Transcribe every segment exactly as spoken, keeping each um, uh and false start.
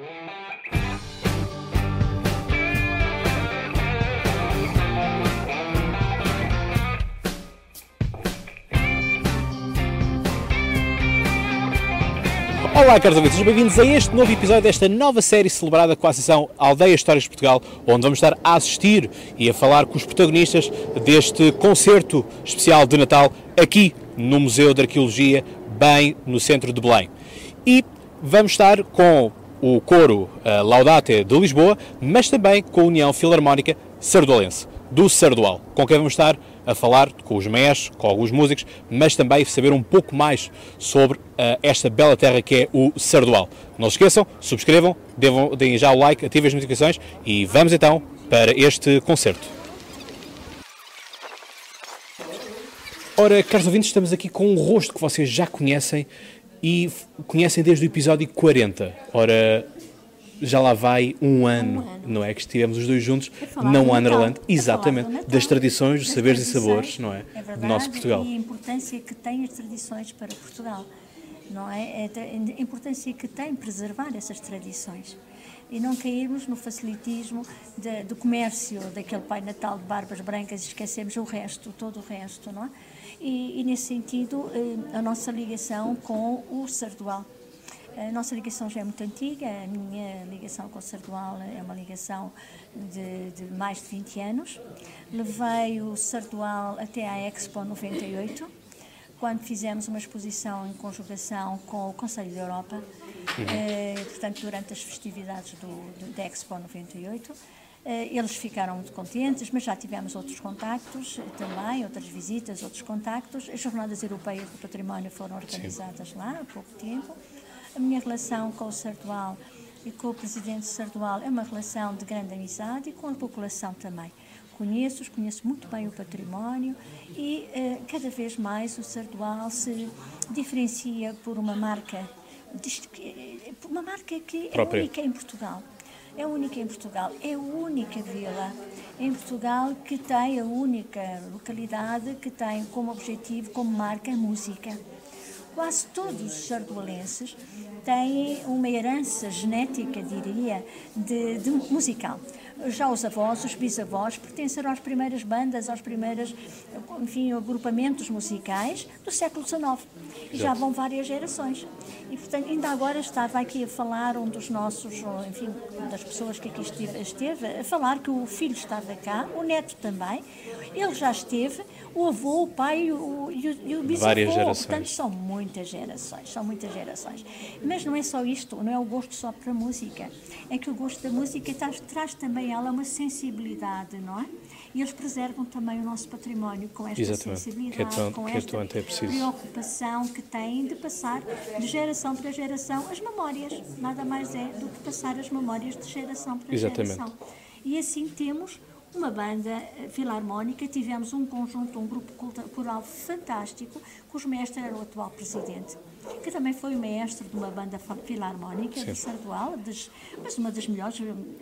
Olá, caros ouvintes, sejam bem-vindos a este novo episódio desta nova série celebrada com a Associação Aldeias Histórias de Portugal, onde vamos estar a assistir e a falar com os protagonistas deste concerto especial de Natal aqui no Museu de Arqueologia, bem no centro de Belém. E vamos estar com o coro uh, Laudate de Lisboa, mas também com a União Filarmónica Sardualense, do Sardual, com quem vamos estar a falar com os maestros, com alguns músicos, mas também saber um pouco mais sobre uh, esta bela terra que é o Sardual. Não se esqueçam, subscrevam, devam, deem já o like, ativem as notificações e vamos então para este concerto. Ora, caros ouvintes, estamos aqui com um rosto que vocês já conhecem e conhecem desde o episódio quarenta. Ora, já lá vai um ano, um ano. Não é? Que estivemos os dois juntos na Wonderland, exatamente, das tradições, dos saberes e sabores, não é? É verdade, do nosso Portugal. E a importância que têm as tradições para Portugal, não é? A importância que tem preservar essas tradições e não cairmos no facilitismo de, do comércio, daquele Pai Natal de barbas brancas e esquecemos o resto, todo o resto, não é? E, e nesse sentido, a nossa ligação com o Sardual. A nossa ligação já é muito antiga, a minha ligação com o Sardual é uma ligação de, de mais de vinte anos. Levei o Sardual até à Expo noventa e oito, quando fizemos uma exposição em conjugação com o Conselho da Europa, uhum. eh, portanto, durante as festividades do, do, da Expo noventa e oito. Eh, eles ficaram muito contentes, mas já tivemos outros contactos também, outras visitas, outros contactos. As Jornadas Europeias do Património foram organizadas Sim. lá há pouco tempo. A minha relação com o Sardual e com o presidente Sardual é uma relação de grande amizade e com a população também. Conheço-os, conheço muito bem o património e eh, cada vez mais o Sardual se diferencia por uma marca, uma marca que é Própria. única em Portugal. É única em Portugal, é a única vila em Portugal que tem a única localidade que tem como objetivo, como marca, a música. Quase todos os sardualenses têm uma herança genética, diria, de, de musical. Já os avós, os bisavós, pertenceram às primeiras bandas, aos primeiros, enfim, agrupamentos musicais do século dezenove. E já vão várias gerações. E, portanto, ainda agora estava aqui a falar um dos nossos, enfim, das pessoas que aqui esteve, esteve, a falar que o filho estava cá, o neto também, ele já esteve, o avô, o pai o, e, o, e o bisavô. Várias gerações. Portanto, são muitas gerações, são muitas gerações. Mas não é só isto, não é o gosto só para a música. É que o gosto da música traz, traz também ela uma sensibilidade, não é? E eles preservam também o nosso património com esta Exatamente. sensibilidade, que é tão, com que esta é preciso. preocupação que têm de passar de geração para geração as memórias. Nada mais é do que passar as memórias de geração para Exatamente. geração. E assim temos uma banda filarmónica, tivemos um conjunto, um grupo coral fantástico, cujo mestre era o atual presidente, que também foi o mestre de uma banda filarmónica Sim. de Sardual, das, mas uma das melhores,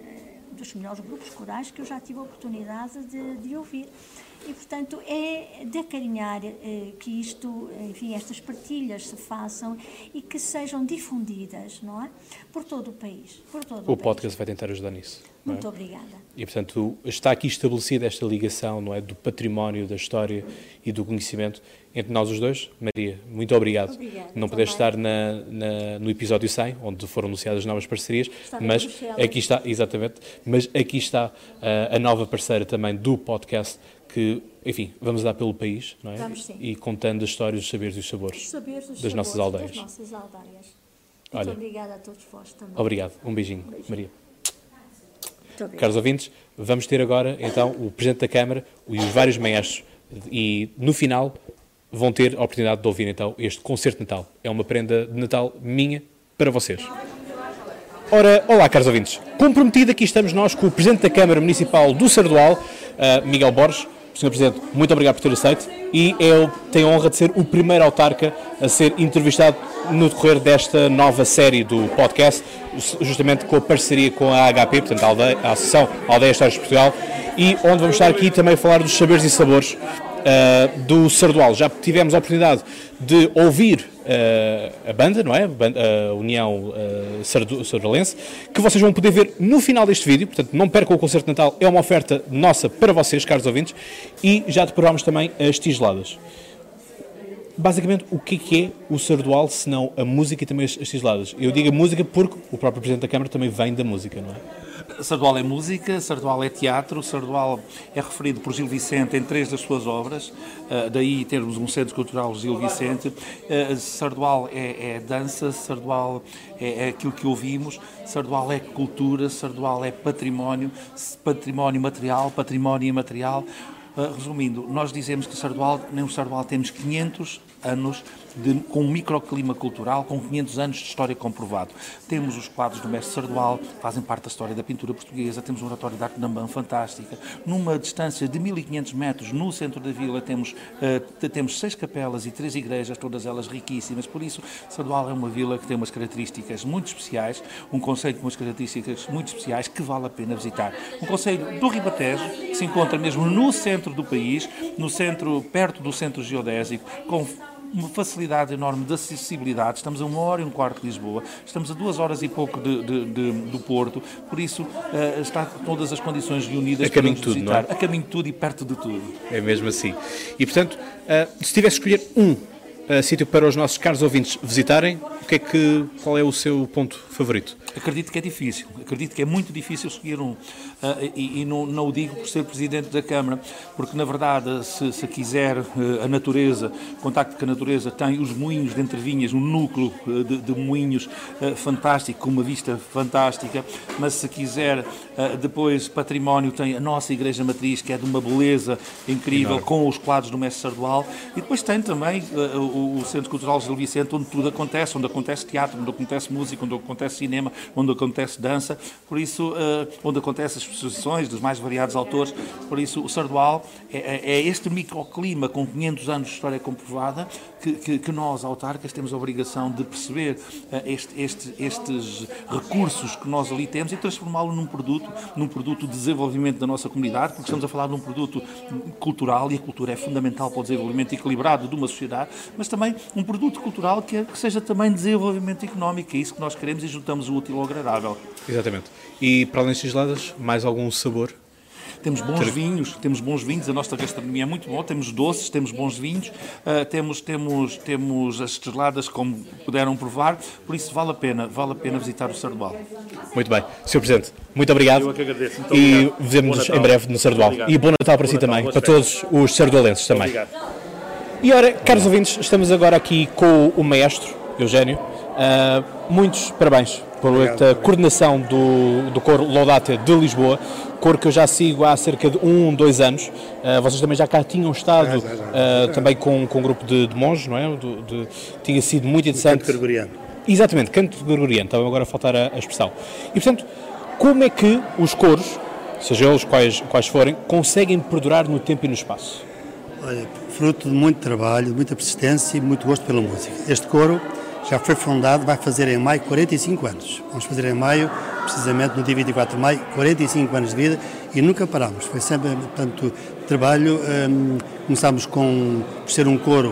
dos melhores grupos corais que eu já tive a oportunidade de, de ouvir. E, portanto, é de acarinhar eh, que isto, enfim, estas partilhas se façam e que sejam difundidas, não é? Por todo o país. Por todo o o podcast país. vai tentar ajudar nisso. Muito é? obrigada. E, portanto, está aqui estabelecida esta ligação, não é? Do património, da história e do conhecimento entre nós os dois. Maria, muito obrigado. Obrigada, não também. pudeste estar na, na, no episódio cem, onde foram anunciadas novas parcerias, Estava mas Bruxelas. aqui está, exatamente, mas aqui está uh, a nova parceira também do podcast, que, enfim, vamos dar pelo país, não é? Vamos, sim. E contando as histórias, os saberes e os sabores, Os saberes, os das sabores nossas aldeias. Das nossas aldeias. Muito Olha, obrigada a todos vós também. Obrigado. Um beijinho, Um beijinho. Maria. Muito obrigada. Caros ouvintes, vamos ter agora, então, o Presidente da Câmara e os vários maestros e, no final, vão ter a oportunidade de ouvir, então, este concerto de Natal. É uma prenda de Natal minha para vocês. Ora, olá, caros ouvintes. Comprometido, aqui estamos nós com o Presidente da Câmara Municipal do Sardual, uh, Miguel Borges. senhor Presidente, muito obrigado por ter aceito e eu tenho a honra de ser o primeiro autarca a ser entrevistado no decorrer desta nova série do podcast, justamente com a parceria com a A H P, portanto a, aldeia, a Associação Aldeias Histórias de Portugal, e onde vamos estar aqui também a falar dos saberes e sabores uh, do Sardual. Já tivemos a oportunidade de ouvir uh, a banda, não é? A União uh, Sardu- Sardualense, que vocês vão poder ver no final deste vídeo, portanto não percam o concerto de Natal, é uma oferta nossa para vocês, caros ouvintes, e já decoramos também as tigeladas. Basicamente, o que é, que é o Sardual, se não a música e também as, as tigeladas? Eu digo a música porque o próprio Presidente da Câmara também vem da música, não é? Sardual é música, Sardual é teatro, Sardual é referido por Gil Vicente em três das suas obras, uh, daí termos um centro cultural Gil Vicente. Uh, Sardual é, é dança, Sardual é, é aquilo que ouvimos, Sardual é cultura, Sardual é património, património material, património imaterial. Uh, resumindo, nós dizemos que Sardual, nem o Sardual temos quinhentos anos de, com um microclima cultural, com quinhentos anos de história comprovado. Temos os quadros do mestre Sardual, fazem parte da história da pintura portuguesa, temos um oratório de arte Namban fantástica. Numa distância de mil e quinhentos metros, no centro da vila, temos, uh, temos seis capelas e três igrejas, todas elas riquíssimas. Por isso, Sardual é uma vila que tem umas características muito especiais, um concelho com umas características muito especiais que vale a pena visitar. Um concelho do Ribatejo, que se encontra mesmo no centro do país, no centro, perto do centro geodésico, com uma facilidade enorme de acessibilidade. Estamos a uma hora e um quarto de Lisboa, estamos a duas horas e pouco de, de, de, do Porto, por isso uh, está todas as condições reunidas para nos visitar. Não é? A caminho de tudo e perto de tudo. É mesmo assim. E, portanto, uh, se tivesse que escolher um uh, sítio para os nossos caros ouvintes visitarem, o que é que, qual é o seu ponto favorito? Acredito que é difícil, acredito que é muito difícil escolher um, uh, e, e não, não o digo por ser Presidente da Câmara, porque na verdade, se, se quiser uh, a natureza, contacto que a natureza tem, os moinhos de Entrevinhas, um núcleo uh, de, de moinhos uh, fantástico, com uma vista fantástica, mas se quiser uh, depois património, tem a nossa Igreja Matriz, que é de uma beleza incrível, Enorme. Com os quadros do mestre Sardual, e depois tem também uh, o, o Centro Cultural Gil Vicente, onde tudo acontece, onde acontece teatro, onde acontece música, onde acontece cinema, onde acontece dança, por isso, uh, onde acontecem as exposições dos mais variados autores, por isso o Sardual é, é este microclima com quinhentos anos de história comprovada que, que, que nós, autarcas, temos a obrigação de perceber uh, este, este, estes recursos que nós ali temos e transformá-lo num produto, num produto de desenvolvimento da nossa comunidade, porque estamos a falar de um produto cultural e a cultura é fundamental para o desenvolvimento equilibrado de uma sociedade, mas também um produto cultural que, é, que seja também desenvolvimento económico, é isso que nós queremos e juntamos o útil ao agradável. Exatamente. E para além das tigeladas, mais algum sabor? Temos bons Ter... vinhos, temos bons vinhos, a nossa gastronomia é muito boa, temos doces, temos bons vinhos, uh, temos, temos, temos as tigeladas como puderam provar, por isso vale a pena, vale a pena visitar o Sardual. Muito bem. senhor Presidente, muito obrigado. Eu é que agradeço. Muito e obrigado. vemos-nos em breve no Sardual. E bom Natal para bom si Natal, também, para todos os sardualenses também. Obrigado. E ora, caros ouvintes, estamos agora aqui com o maestro, Eugénio. Uh, muitos parabéns pela coordenação do, do coro Laudate de Lisboa, coro que eu já sigo há cerca de um, dois anos. Uh, vocês também já cá tinham estado, uh, também com, com um grupo de, de monges, não é? De, de, tinha sido muito interessante. Canto gregoriano. Exatamente, canto gregoriano, estava agora a faltar a, a expressão. E, portanto, como é que os coros, seja eles quais, quais forem, conseguem perdurar no tempo e no espaço? Olha, fruto de muito trabalho, de muita persistência e muito gosto pela música. Este coro já foi fundado, vai fazer em maio quarenta e cinco anos. Vamos fazer em maio, precisamente no dia vinte e quatro de maio, quarenta e cinco anos de vida e nunca paramos. Foi sempre, portanto, trabalho. Um, começámos com, por ser um coro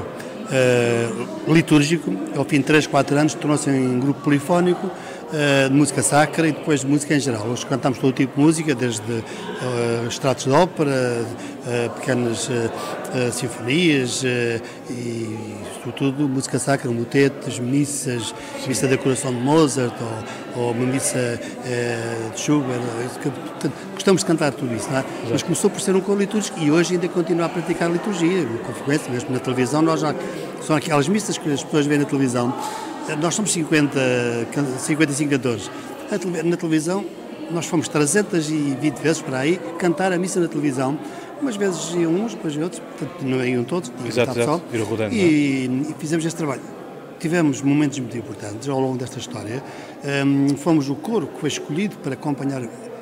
uh, litúrgico, ao fim de três, quatro anos tornou-se um grupo polifónico uh, de música sacra e depois de música em geral. Hoje cantamos todo tipo de música, desde uh, extratos de ópera, uh, pequenas uh, uh, sinfonias uh, e, sobretudo, música sacra, motetes, missas, missa da Coração de Mozart ou, ou uma missa uh, de Schubert. Portanto, gostamos de cantar tudo isso, não é? Exato. Mas começou por ser um coro litúrgico e hoje ainda continua a praticar liturgia, com frequência, mesmo na televisão. Nós já, são aquelas missas que as pessoas veem na televisão. Nós somos cinquenta, cinquenta e cinco cantores. Na televisão, nós fomos trezentas e vinte vezes para aí cantar a missa na televisão. Umas vezes iam uns, depois outros, portanto não iam todos, exato, exato. Ir rodando, e, e fizemos este trabalho. Tivemos momentos muito importantes ao longo desta história. Um, fomos o coro que foi escolhido para acompanhar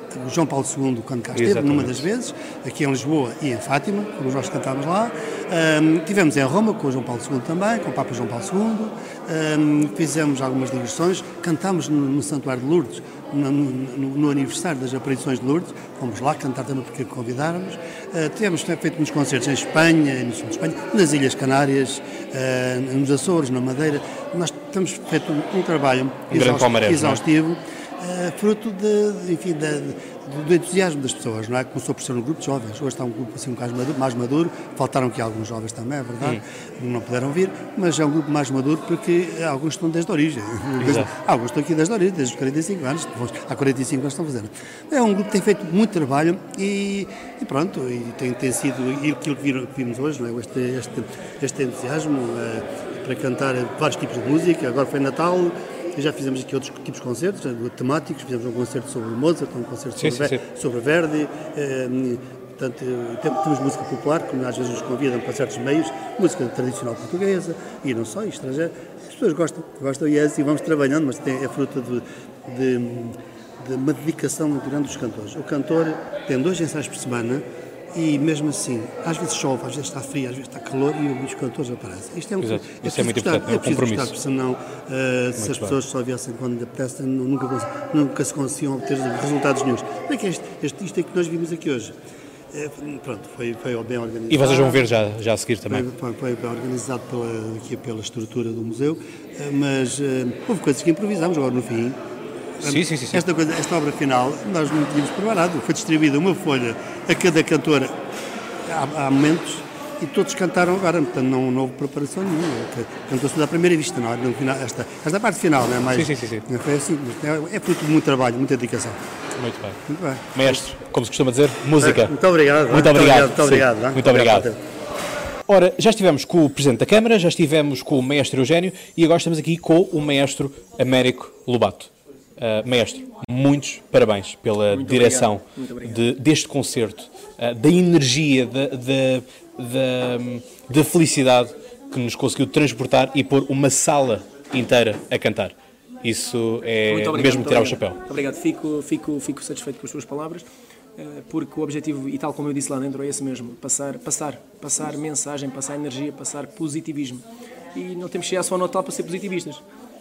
o João Paulo segundo, quando cá esteve, Exatamente. numa das vezes, aqui em Lisboa e em Fátima, quando nós cantámos lá. Um, tivemos em Roma com o João Paulo segundo também, com o Papa João Paulo segundo. Um, fizemos algumas digressões, cantámos no, no Santuário de Lourdes, no, no, no aniversário das aparições de Lourdes, fomos lá cantar também porque convidámos. Uh, tivemos feito uns concertos em Espanha, no sul de Espanha, nas Ilhas Canárias, uh, nos Açores, na Madeira. Nós temos feito um, um trabalho Um grande palmarés, exaustivo. Uh, fruto de, enfim, de, de, do entusiasmo das pessoas, não é? Começou por ser um grupo de jovens, hoje está um grupo assim um bocado mais maduro, mais maduro. Faltaram aqui alguns jovens também, é verdade, hum. não puderam vir, mas é um grupo mais maduro porque alguns estão desde a origem, Exato. alguns estão aqui desde a origem, desde os quarenta e cinco anos, há quarenta e cinco anos estão fazendo. É um grupo que tem feito muito trabalho e, e pronto, e tem, tem sido aquilo que, viram, que vimos hoje, não é? este, este, este entusiasmo uh, para cantar vários tipos de música, agora foi Natal. Já fizemos aqui outros tipos de concertos, temáticos, fizemos um concerto sobre Mozart, um concerto sim, sobre, sim, sim. sobre Verdi, eh, portanto, temos música popular, que às vezes nos convidam para certos meios, música tradicional portuguesa, e não só, e estrangeira. As pessoas gostam, gostam e é assim, vamos trabalhando, mas tem, é fruto de, de, de uma dedicação muito grande dos cantores. O cantor tem dois ensaios por semana, e mesmo assim, às vezes chove, às vezes está frio, às vezes está calor e os cantores aparecem. Isto é, um, Exato. é Isso é muito gostar, importante, é o compromisso. Gostar, porque senão, uh, se as pessoas só viessem quando lhe apetece, nunca, nunca se conseguiam obter resultados nenhums. Como é que este, este, isto é que nós vimos aqui hoje? É, pronto, foi, foi bem organizado. E vocês vão ver já, já a seguir também. Foi, foi bem organizado pela, aqui pela estrutura do museu, mas uh, houve coisas que improvisámos agora no fim. Sim, sim, sim. Esta, coisa, esta obra final nós não tínhamos preparado. Foi distribuída uma folha a cada cantora há, há momentos e todos cantaram agora, portanto não, não houve preparação nenhuma. Cantou-se tudo à primeira vista, não é? No final, esta, esta parte final, não é? Mais, sim, sim, sim. Não foi assim, é, é fruto de muito trabalho, muita dedicação. Muito bem. Muito bem. Mestre, como se costuma dizer, música. Muito obrigado. Muito obrigado. Muito obrigado. Sim, muito obrigado. Ora, já estivemos com o Presidente da Câmara, já estivemos com o Maestro Eugénio e agora estamos aqui com o Maestro Américo Lobato. Uh, Maestro, muitos parabéns pela Muito direção obrigado. Muito de, deste concerto, uh, da energia, da, da, da, da felicidade que nos conseguiu transportar e pôr uma sala inteira a cantar. Isso é Muito obrigado, mesmo muito tirar obrigado. o chapéu. Muito obrigado, fico, fico, fico satisfeito com as suas palavras, porque o objetivo, e tal como eu disse lá dentro, é esse mesmo, passar, passar, passar mensagem, passar energia, passar positivismo. E não temos que chegar só ao Natal para ser positivistas.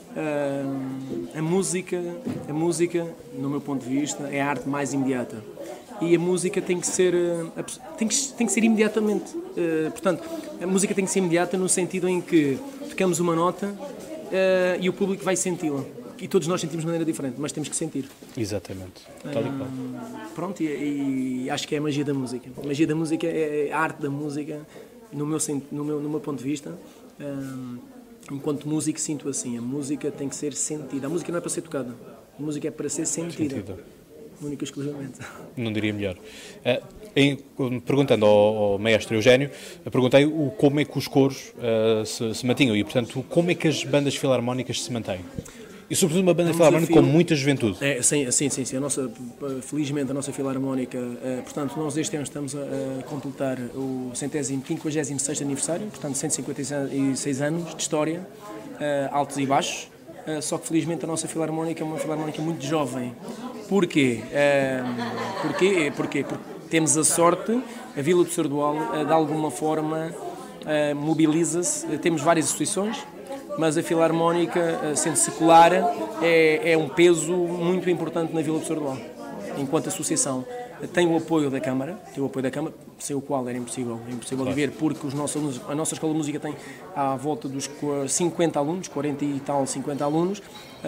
Uh, a música, a música, no meu ponto de vista, é a arte mais imediata. E a música tem que ser, uh, tem que, tem que ser imediatamente. Uh, portanto, a música tem que ser imediata no sentido em que tocamos uma nota uh, e o público vai senti-la. E todos nós sentimos de maneira diferente, mas temos que sentir. Exatamente. Tal e qual. Uh, pronto, e, e acho que é a magia da música. A magia da música é a arte da música, no meu, no meu, no meu ponto de vista. Uh, Enquanto músico sinto assim, a música tem que ser sentida. A música não é para ser tocada, a música é para ser sentida. Sentida. Única e exclusivamente. Não diria melhor. Uh, em, perguntando ao, ao Maestro Eugénio, perguntei o, como é que os coros uh, se, se mantinham e, portanto, como é que as bandas filarmónicas se mantêm. E, sobretudo, uma banda filarmónica com muita juventude. É, sim, sim, sim, sim. A nossa, felizmente, a nossa filarmónica, uh, portanto, nós este ano estamos a, a completar o centésimo, quinquagésimo sexto aniversário, portanto, cento e cinquenta e seis anos de história, uh, altos e baixos, uh, só que, felizmente, a nossa filarmónica é uma filarmónica muito jovem. Porquê? Uh, porquê? Porquê? Porque temos a sorte, a Vila do Sardual, uh, de alguma forma, uh, mobiliza-se, uh, temos várias associações, mas a Filarmónica, sendo secular, é, é um peso muito importante na Vila do Sardual, enquanto associação. Tem o apoio da Câmara, tem o apoio da Câmara, sem o qual era impossível, impossível claro. viver, porque os nossos alunos, a nossa Escola de Música tem à volta dos cinquenta alunos, quarenta e tal, cinquenta alunos,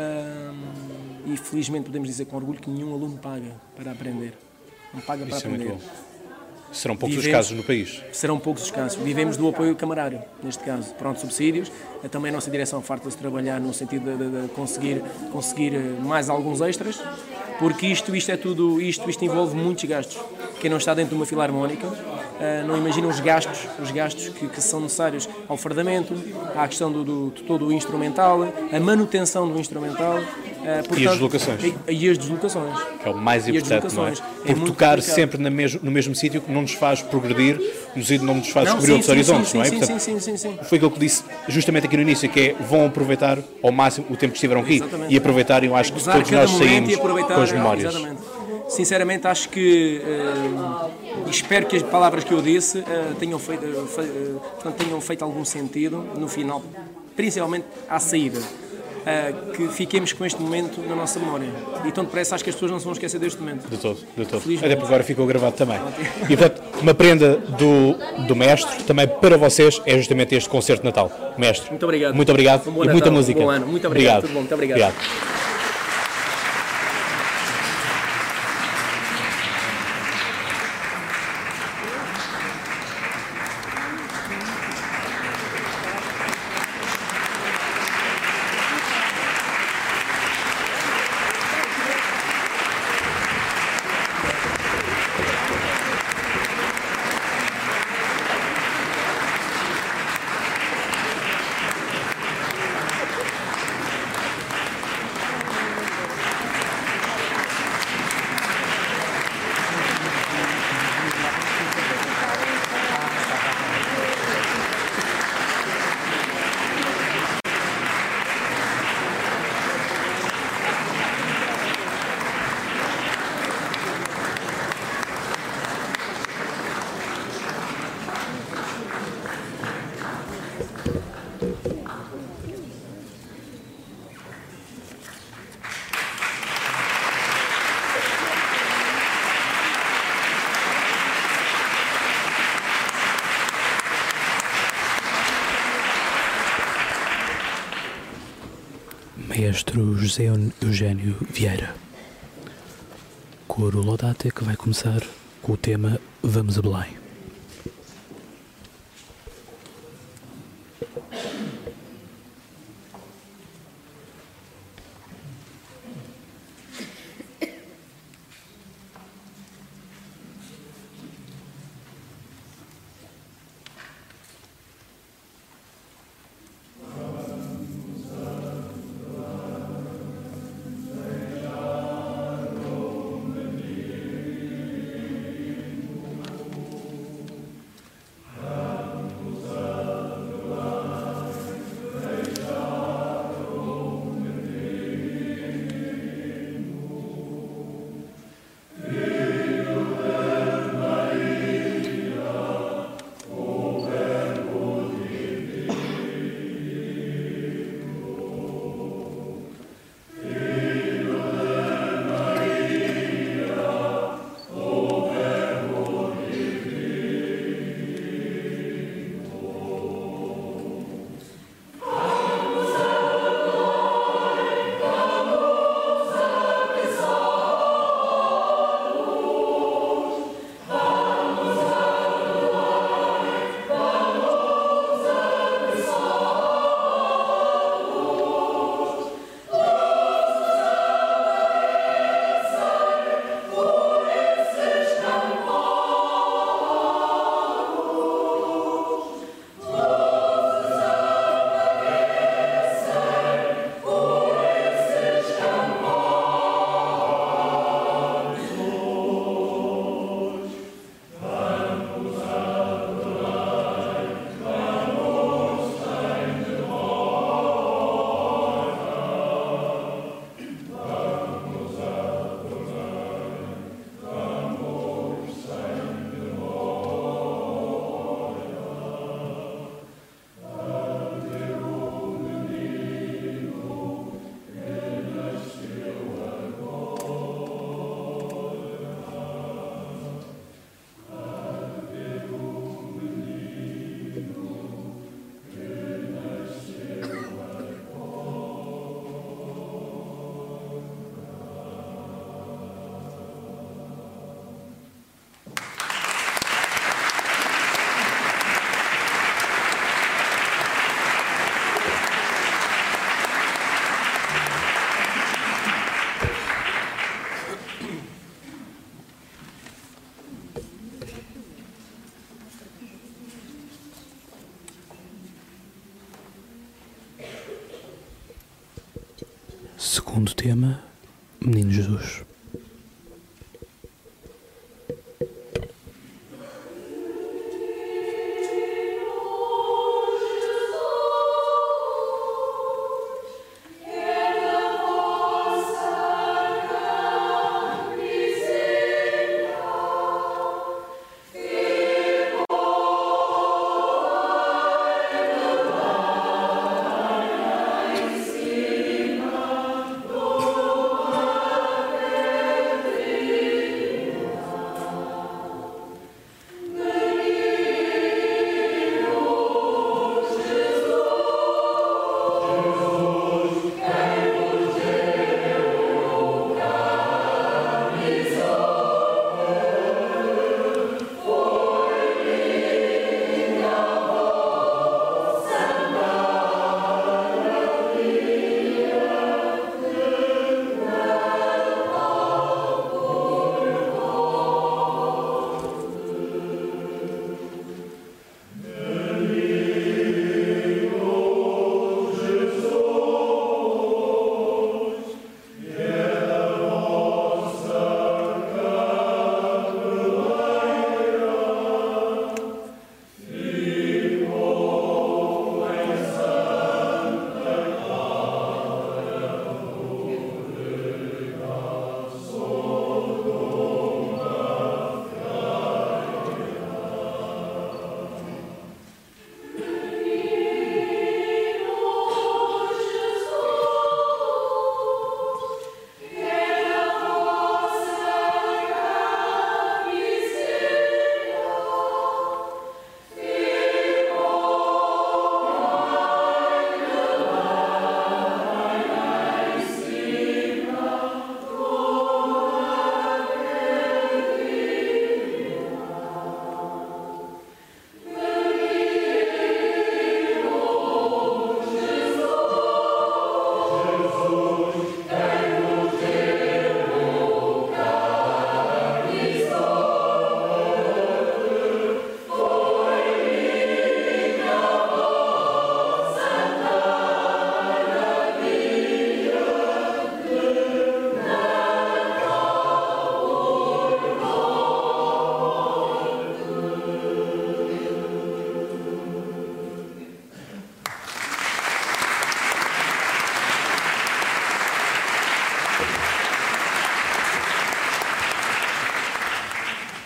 hum, e felizmente podemos dizer com orgulho que nenhum aluno paga para aprender. Não paga para Isso aprender. É muito bom. Serão poucos Vivemos, os casos no país. Serão poucos os casos. Vivemos do apoio camarário, neste caso. Pronto, subsídios. Também a nossa direção farta-se de trabalhar no sentido de, de, de conseguir, conseguir mais alguns extras, porque isto, isto é tudo, isto, isto envolve muitos gastos. Quem não está dentro de uma filarmónica uh, não imagina os gastos, os gastos que, que são necessários ao fardamento, à questão do, do, de todo o instrumental, a manutenção do instrumental. Uh, portanto, e as deslocações. E, e as deslocações. Que é o mais importante, não é? Porque é tocar complicado. sempre na mes- no mesmo sítio que não nos faz progredir, não nos faz não, descobrir sim, outros sim, horizontes, sim, não é? Sim, Portanto, sim, sim, sim, sim. Foi aquilo que disse justamente aqui no início, que é vão aproveitar ao máximo o tempo que estiveram aqui. Exatamente. E aproveitar, eu acho que Usar todos nós saímos com as memórias. Exatamente. Sinceramente, acho que, uh, espero que as palavras que eu disse uh, tenham, feito, uh, fe, uh, portanto, tenham feito algum sentido no final, principalmente à saída. Uh, que fiquemos com este momento na nossa memória. E tão depressa acho que as pessoas não se vão esquecer deste momento. De todo, de todo. Até porque agora ficou gravado também. E portanto, uma prenda do, do mestre, também para vocês, é justamente este concerto de Natal. Mestre, muito obrigado. Muito obrigado um e Natal, muita música. Um bom ano. Muito obrigado. Obrigado. Tudo bom. Muito obrigado. obrigado. Maestro José Eugênio Vieira. Coro Laudate, que vai começar com o tema Vamos a Belém. Segundo tema, Menino Jesus. Praise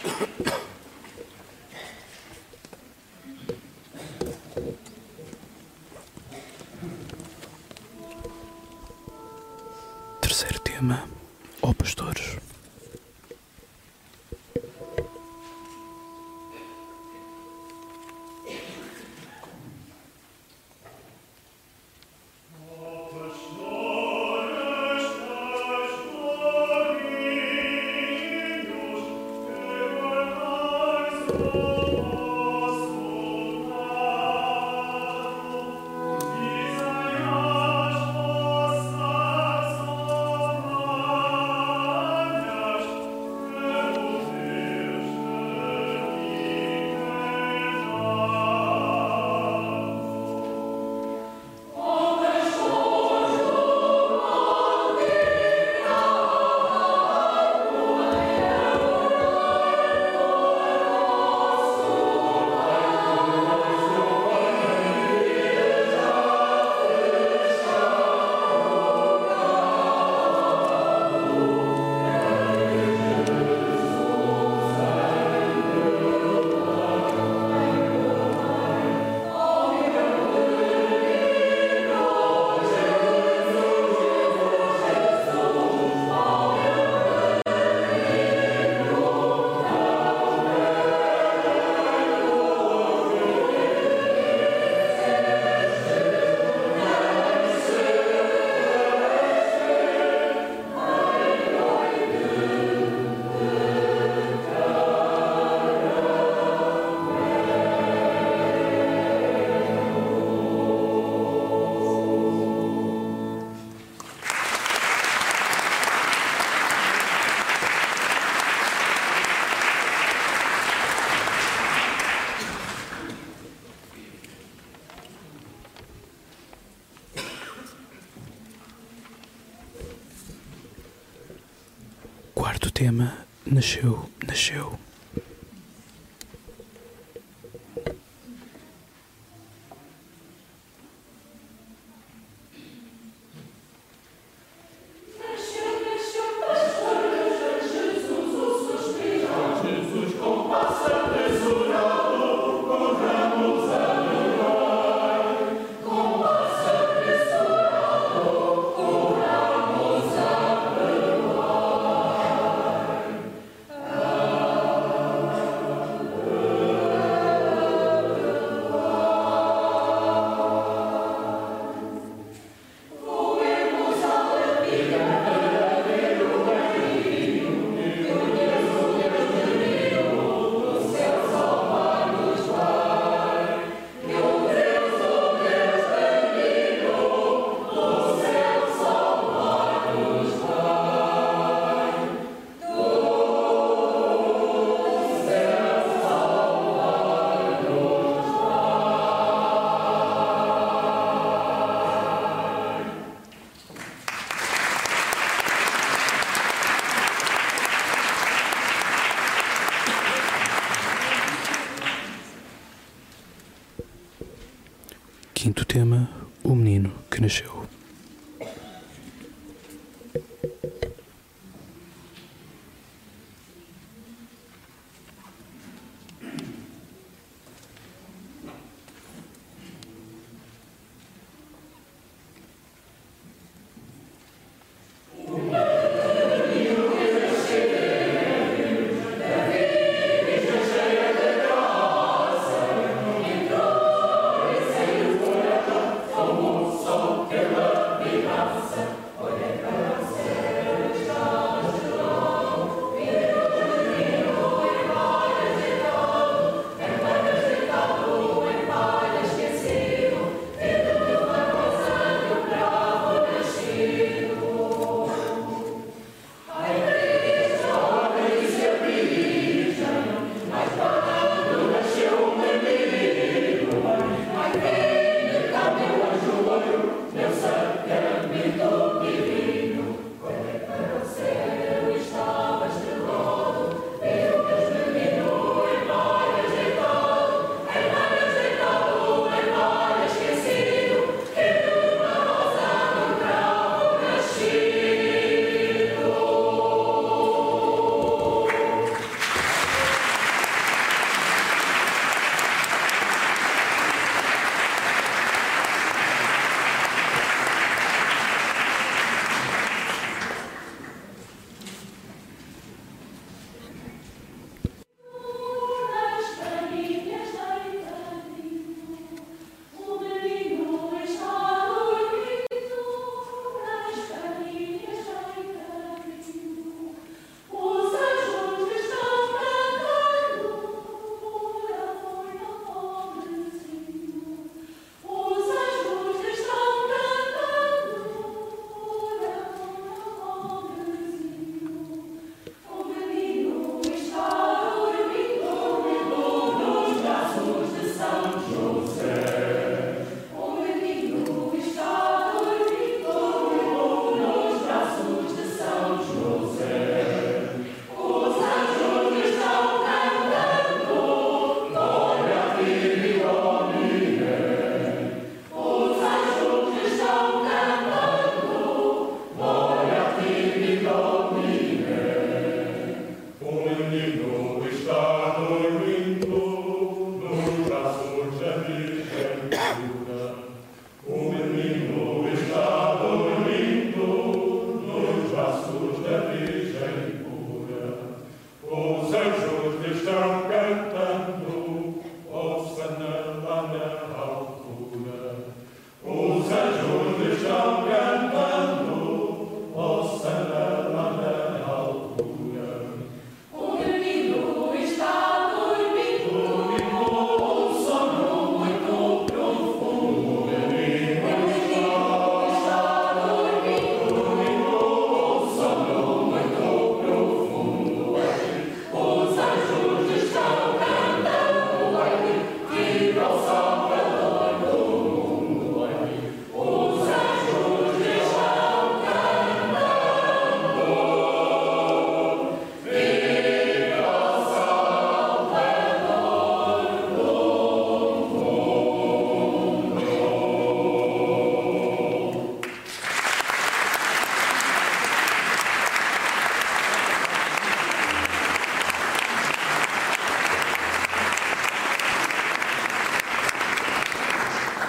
Terceiro tema, ó pastores. Quarto tema, nasceu, nasceu. Quinto tema, o menino que nasceu. Quero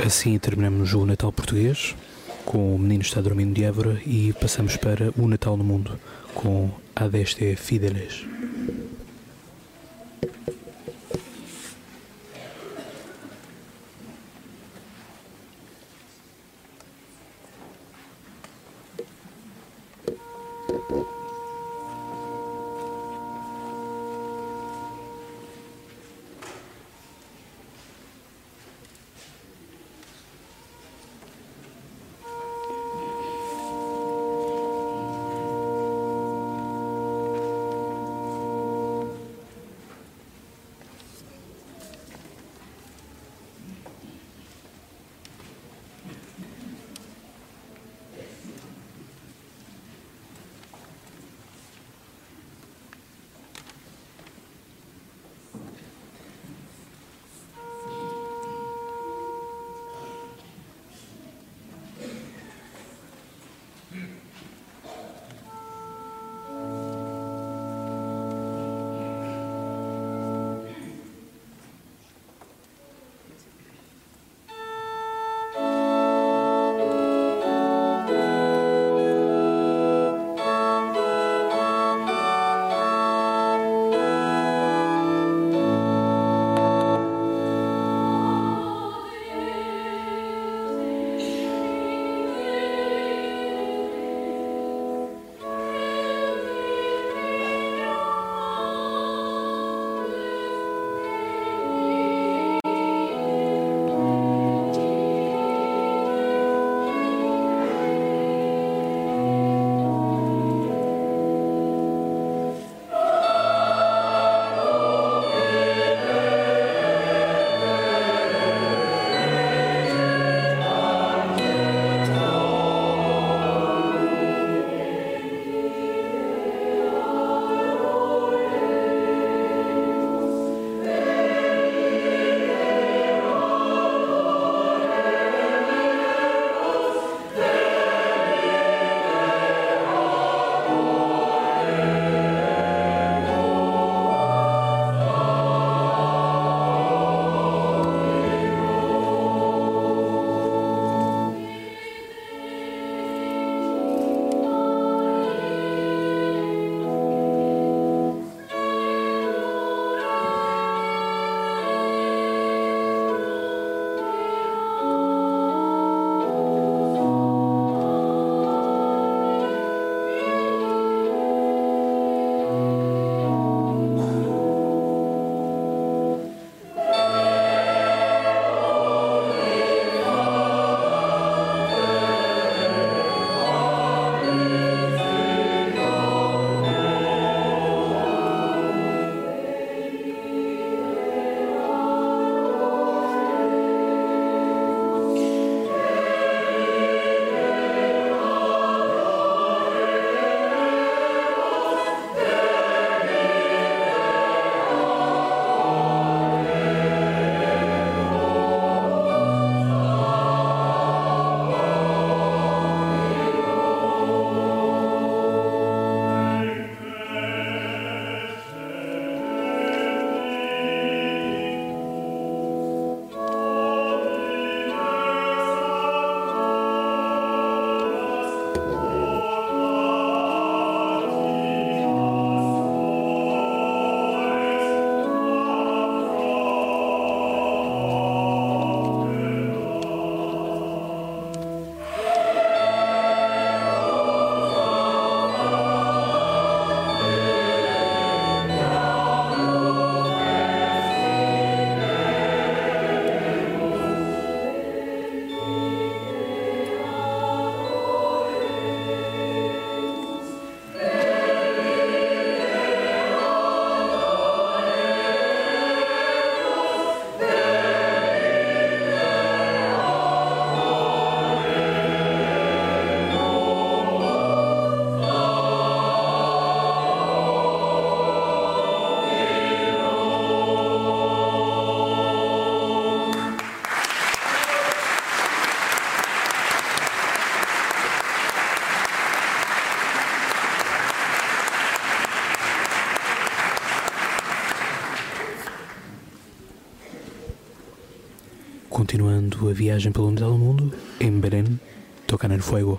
Assim terminamos o Natal português, com O Menino Está Dormindo de Évora, e passamos para O Natal no Mundo, com Adeste Fideles. continuando a viagem pelo Natal do Mundo, em Belém, Tocan el Fuego.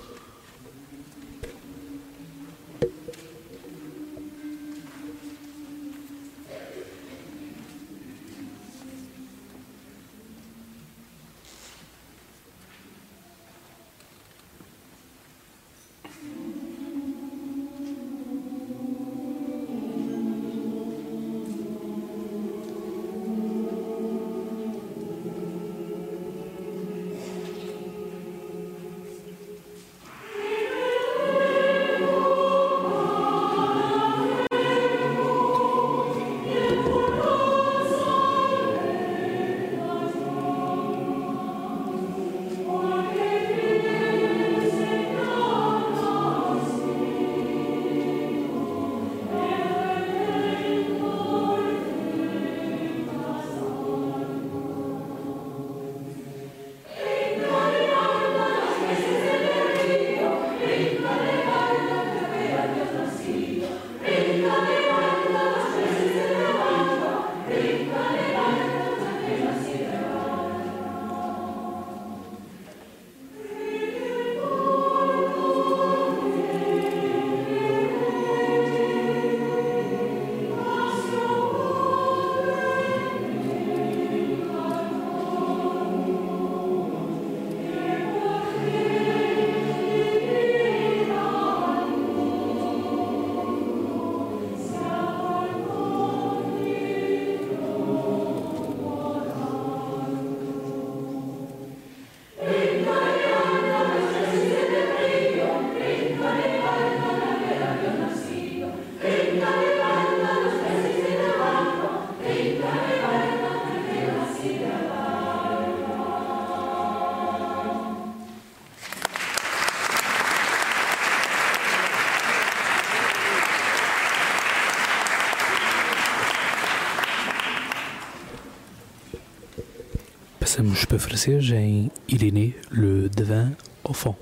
Passamos para francês em Irénée, le devin enfant.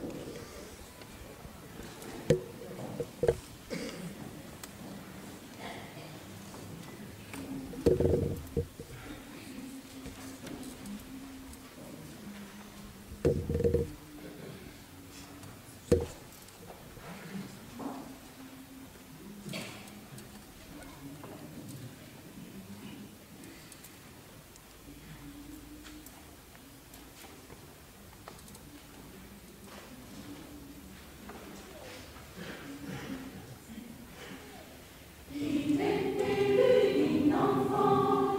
Enfant,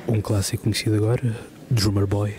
um clássico conhecido agora, Drummer Boy.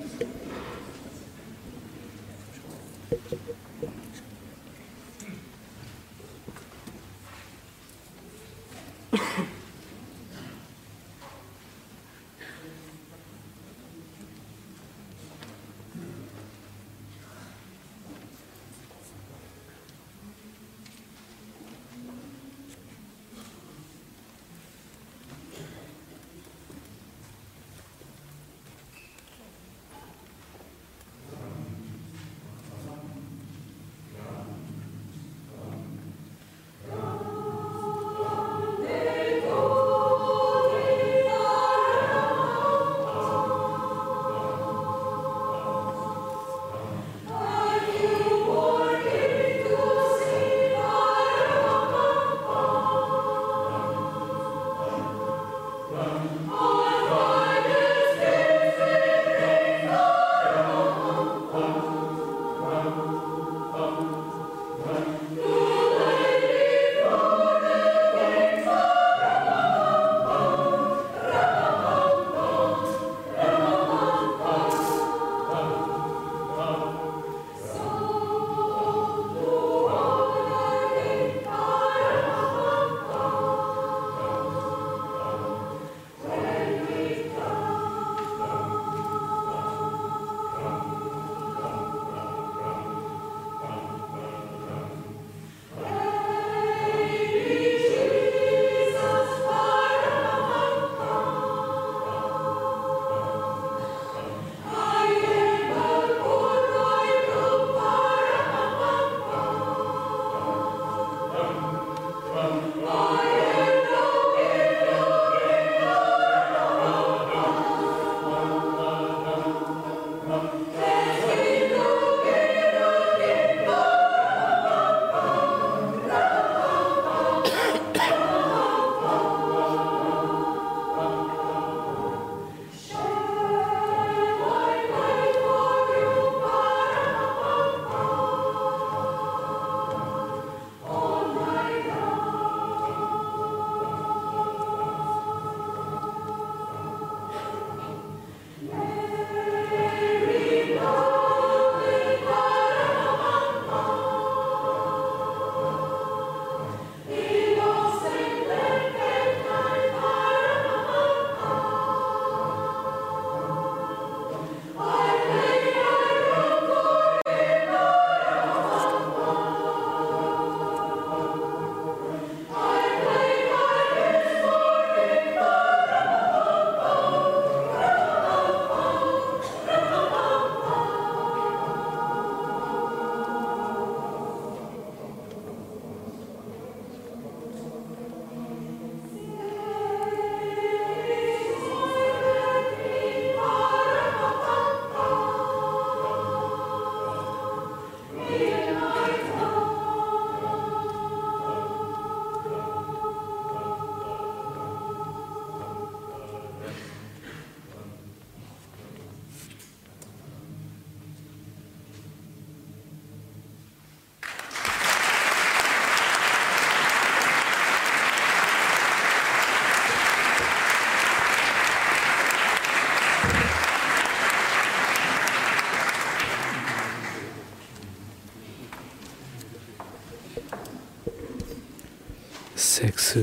Sexe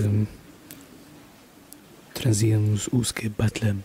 Transiemos Usque Batlem.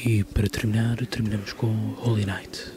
E para terminar, terminamos com Holy Night.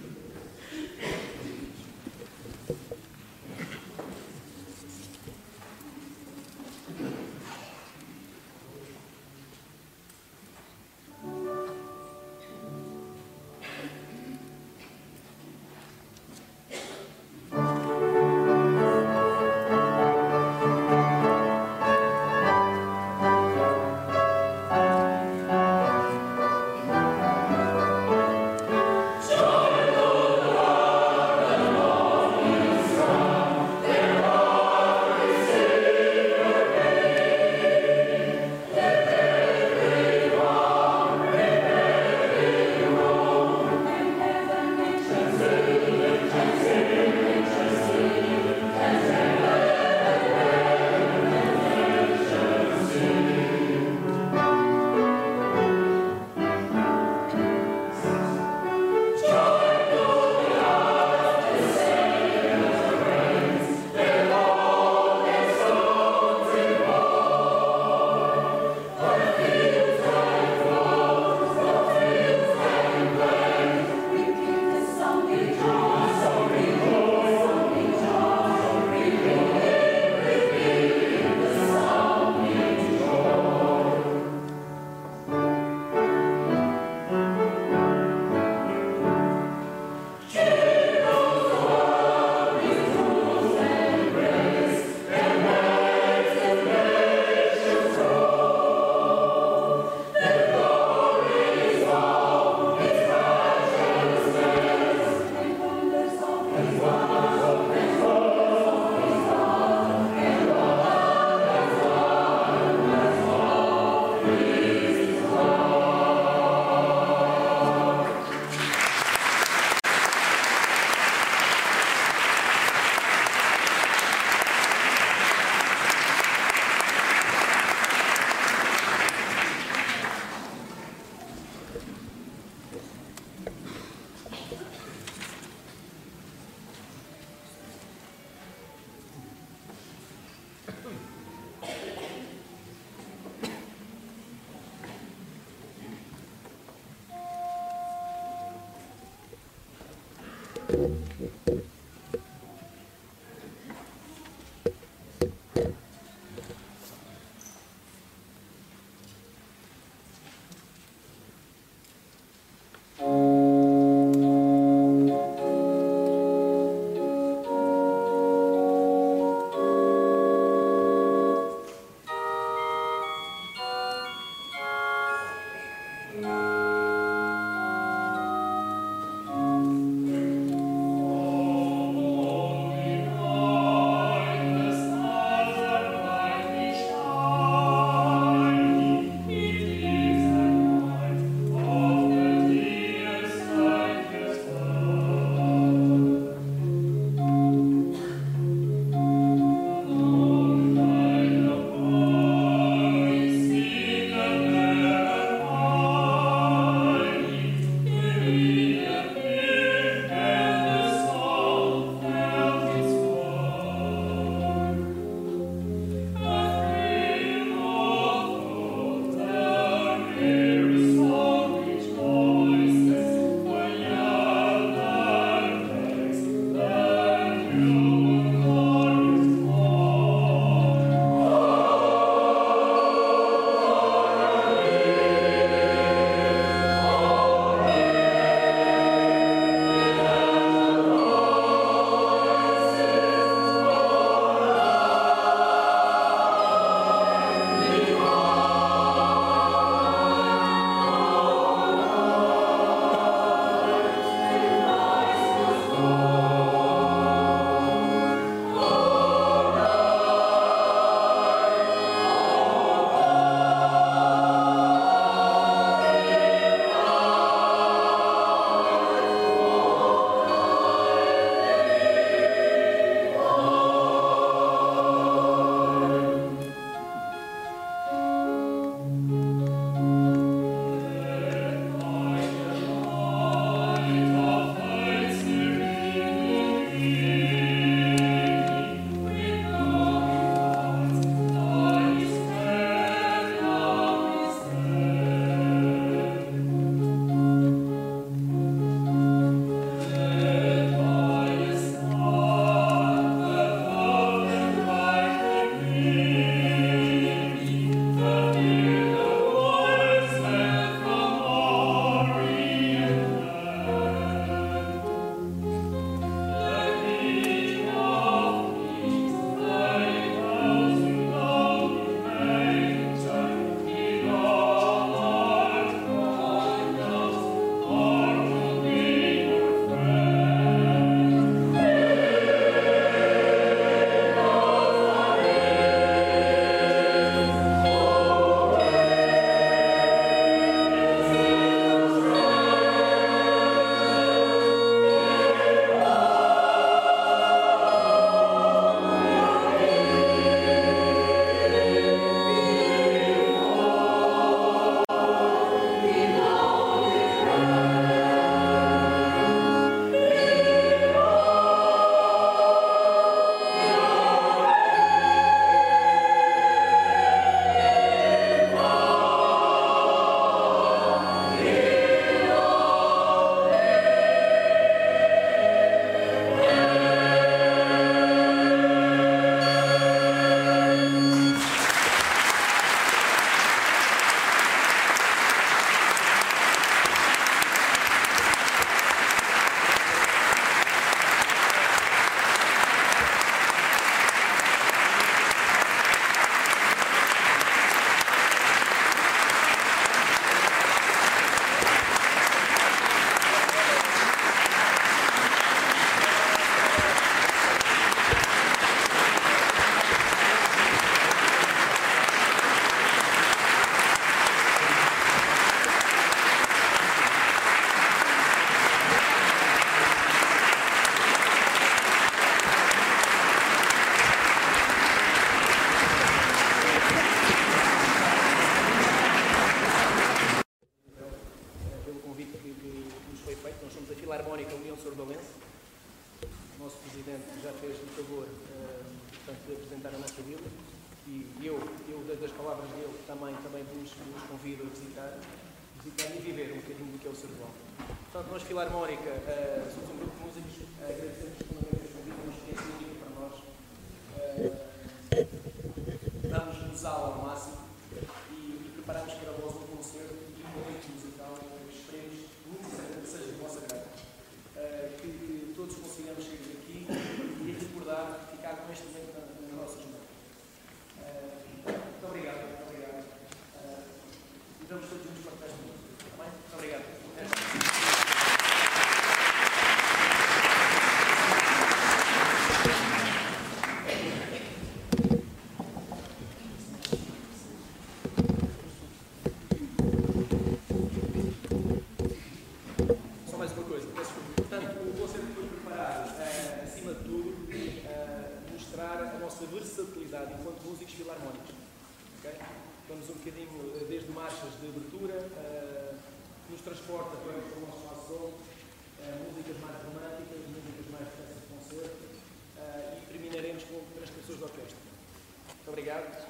Thank you. nosso Presidente já fez o favor uh, portanto, de apresentar a nossa vila e eu, eu das palavras dele, também, também vos, vos convido a visitar, visitar e viver um bocadinho do que é o Sardual. Portanto, nós, Filarmónica, uh, somos um grupo de músicos, uh, agradecemos profundamente o convite, mas é significativo para nós. Uh, Damos gozá-la ao máximo e, e preparamos para vós um concerto e um momento musical que esperemos muito sinceramente que seja de vossa grade. Uh, que, que todos consigamos sair daqui e recordar, ficar com este momento nas na nossas mãos. Uh, muito obrigado, muito obrigado. Uh, e vamos todos juntos para esta música. Está bem? Muito obrigado. Versatilidade enquanto músicos filarmónicos. Okay? Vamos um bocadinho desde marchas de abertura, uh, que nos transporta para o nosso som, uh, músicas mais românticas, músicas mais de peças de concerto, uh, e terminaremos com transcrições de orquestra. Muito obrigado.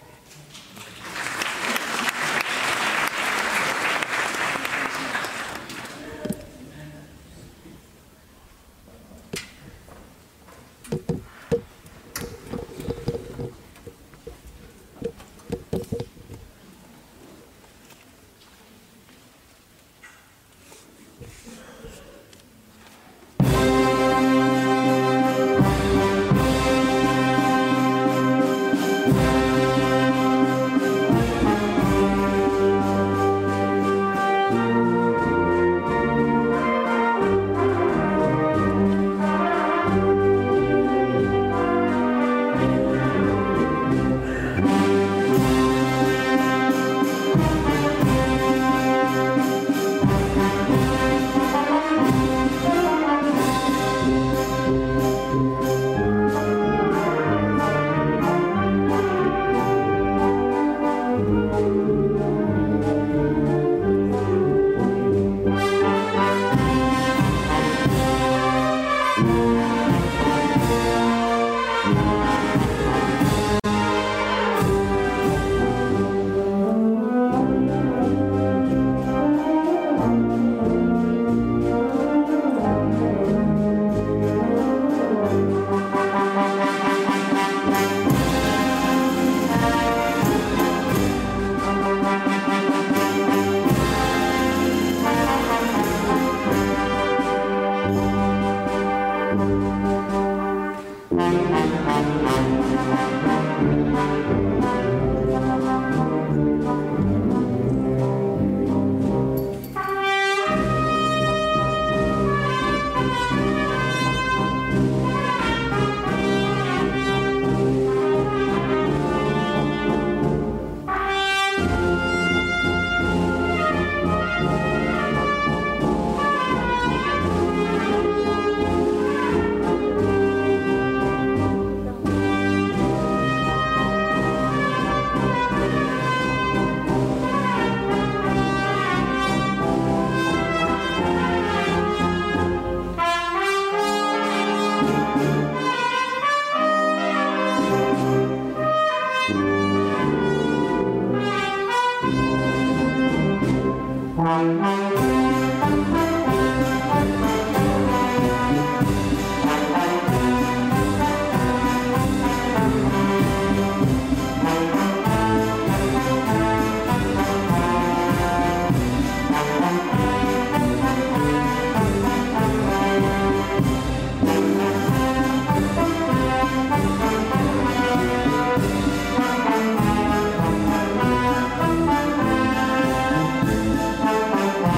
Thank you.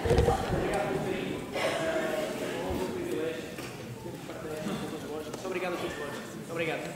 Obrigado a todos vós. Obrigado.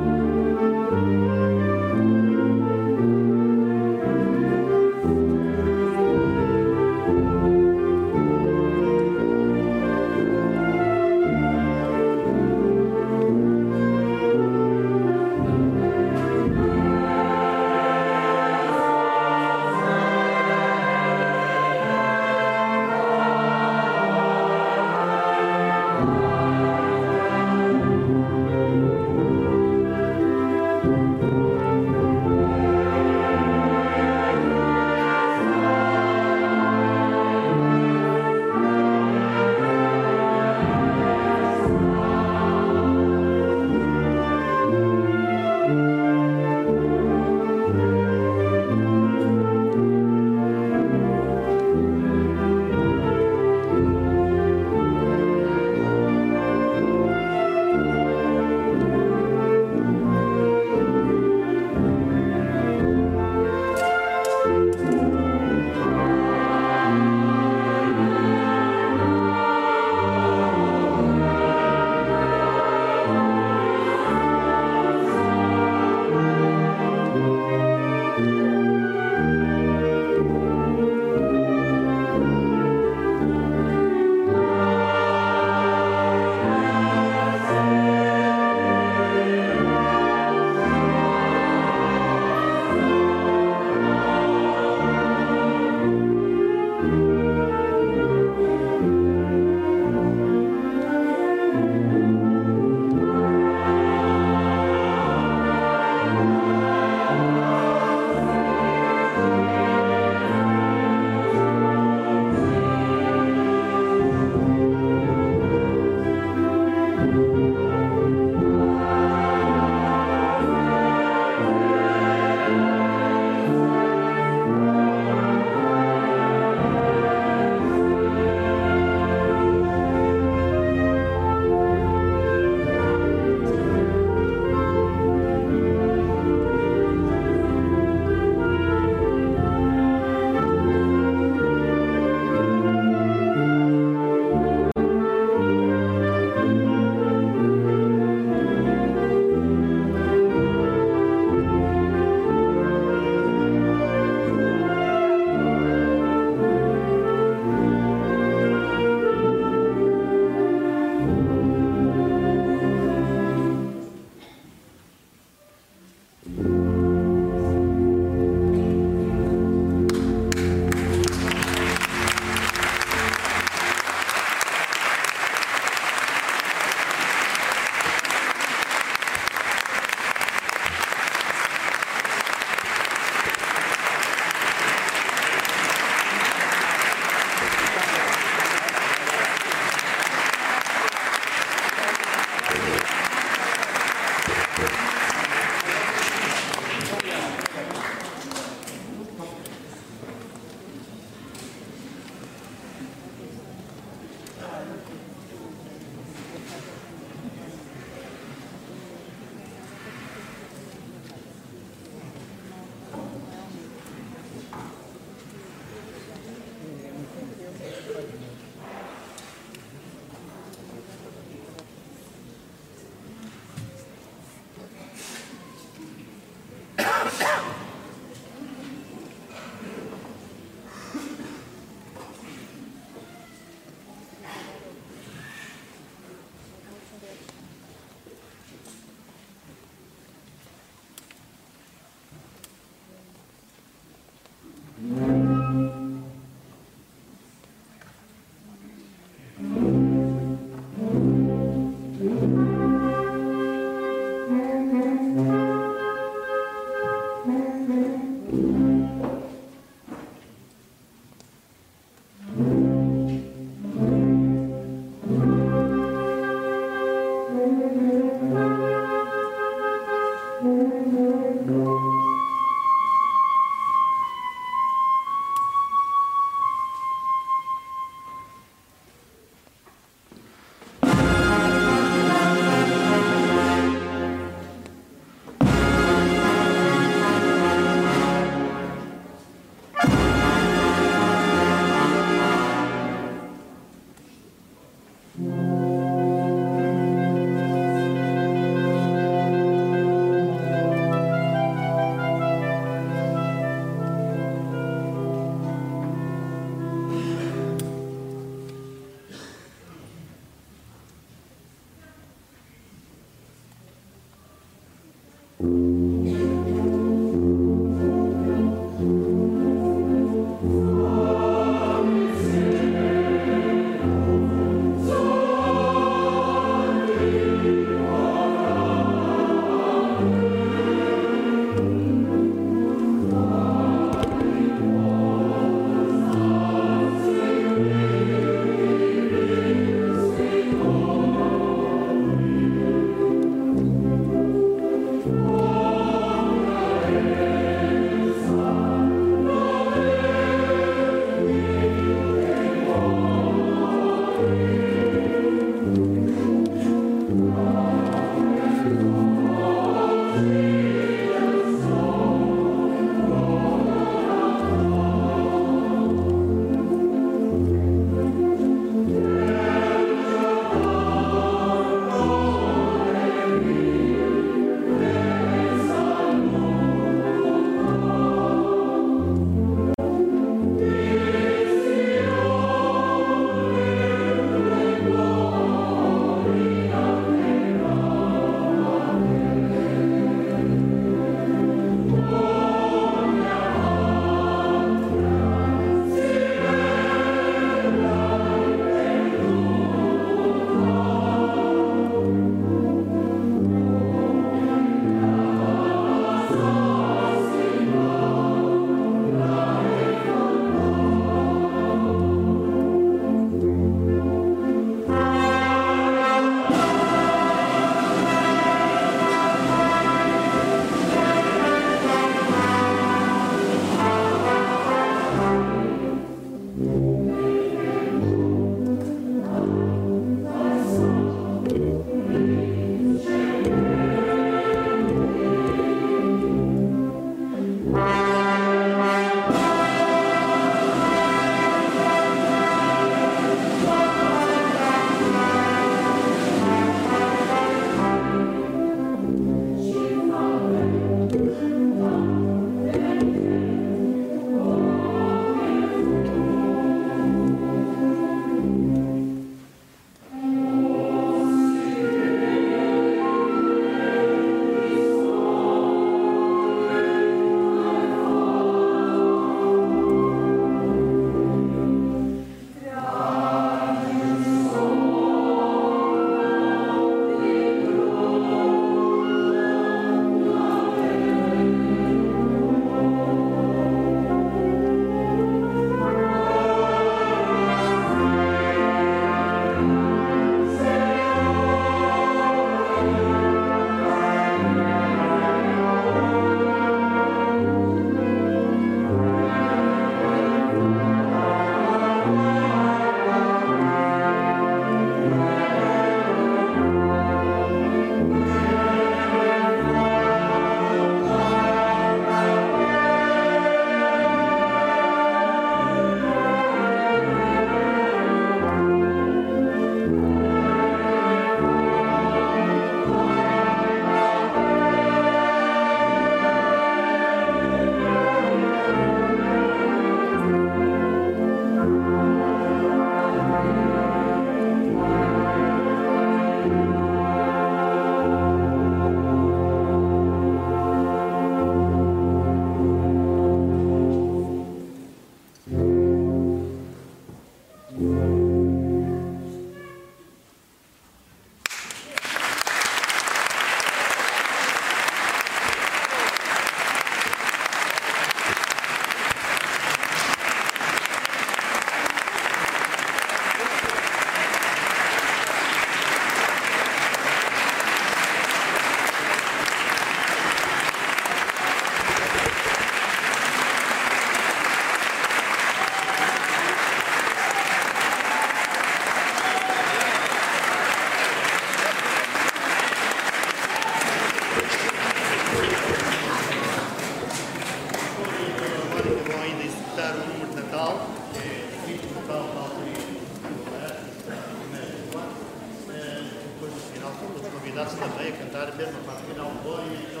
ter uma parte final boa e então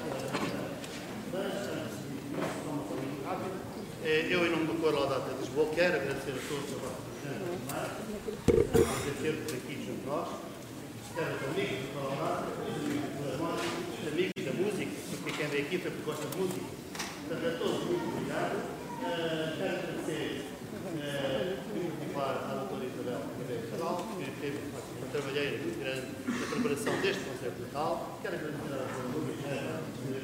eu, em nome do Coro Laudate de Lisboa, quero agradecer a todos a vossa presença, agradecer por aqui junto de nós, quero aos amigos do Coro Laudate, amigos da música, porque quem vem aqui foi porque gosta de música. Portanto, a todos, muito obrigado. Uh, quero agradecer, uh, em particular, à doutora Isabel Cabral, que teve uma trabalheira muito grande na preparação deste concerto de Natal. Quero agradecer à doutora Lúcia,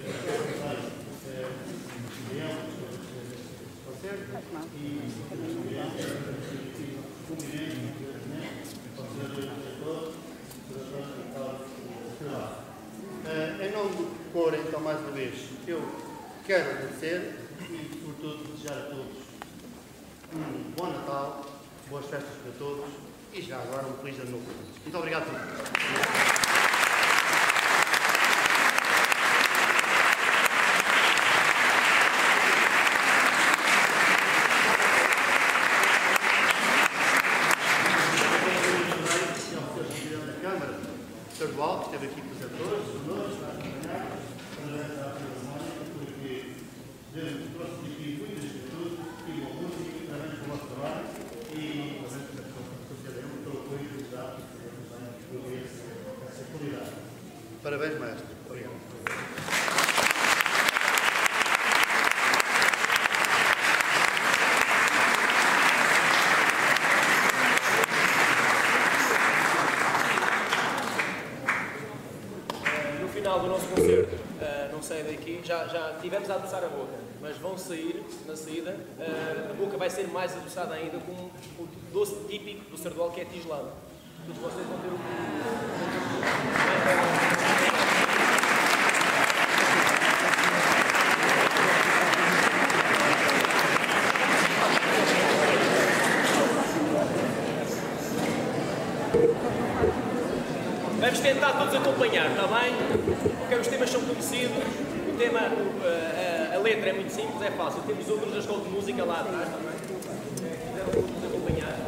Uh, em nome do coro, então, mais uma vez, eu quero agradecer e, sobretudo, desejar a todos um bom Natal, boas festas para todos e já agora um feliz ano novo. Muito obrigado a todos. Estadual, que esteve aqui com os atores, os a acompanhar, porque trouxe aqui muitas atitudes e uma música, também com o nosso trabalho e também com a sociedade, pelo apoio que nos dá e essa qualidade. Parabéns, maestro. Obrigado. Do nosso concerto, uh, não saem daqui, já, já tivemos a adoçar a boca, mas vão sair na saída, uh, a boca vai ser mais adoçada ainda com o doce típico do Sardual, que é tigelado. Todos vocês vão ter o... Vamos tentar todos acompanhar, está bem? Ok, os temas são conhecidos, o tema, a, a letra é muito simples, é fácil. Temos outros da escola de música lá atrás também. Quiseram todos acompanhar.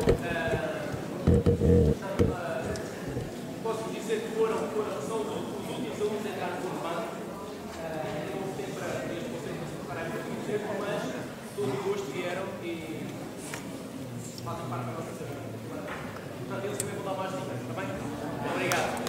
Uh, posso dizer que foram, foram são os, os últimos alunos a entrar no formato. Uh, não houve tempo para este conceito se prepararem para o concerto, mas todo o gosto vieram e fazem parte da nossa semana. Portanto, eles também vão dar mais dicas, está bem? Obrigado.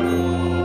Música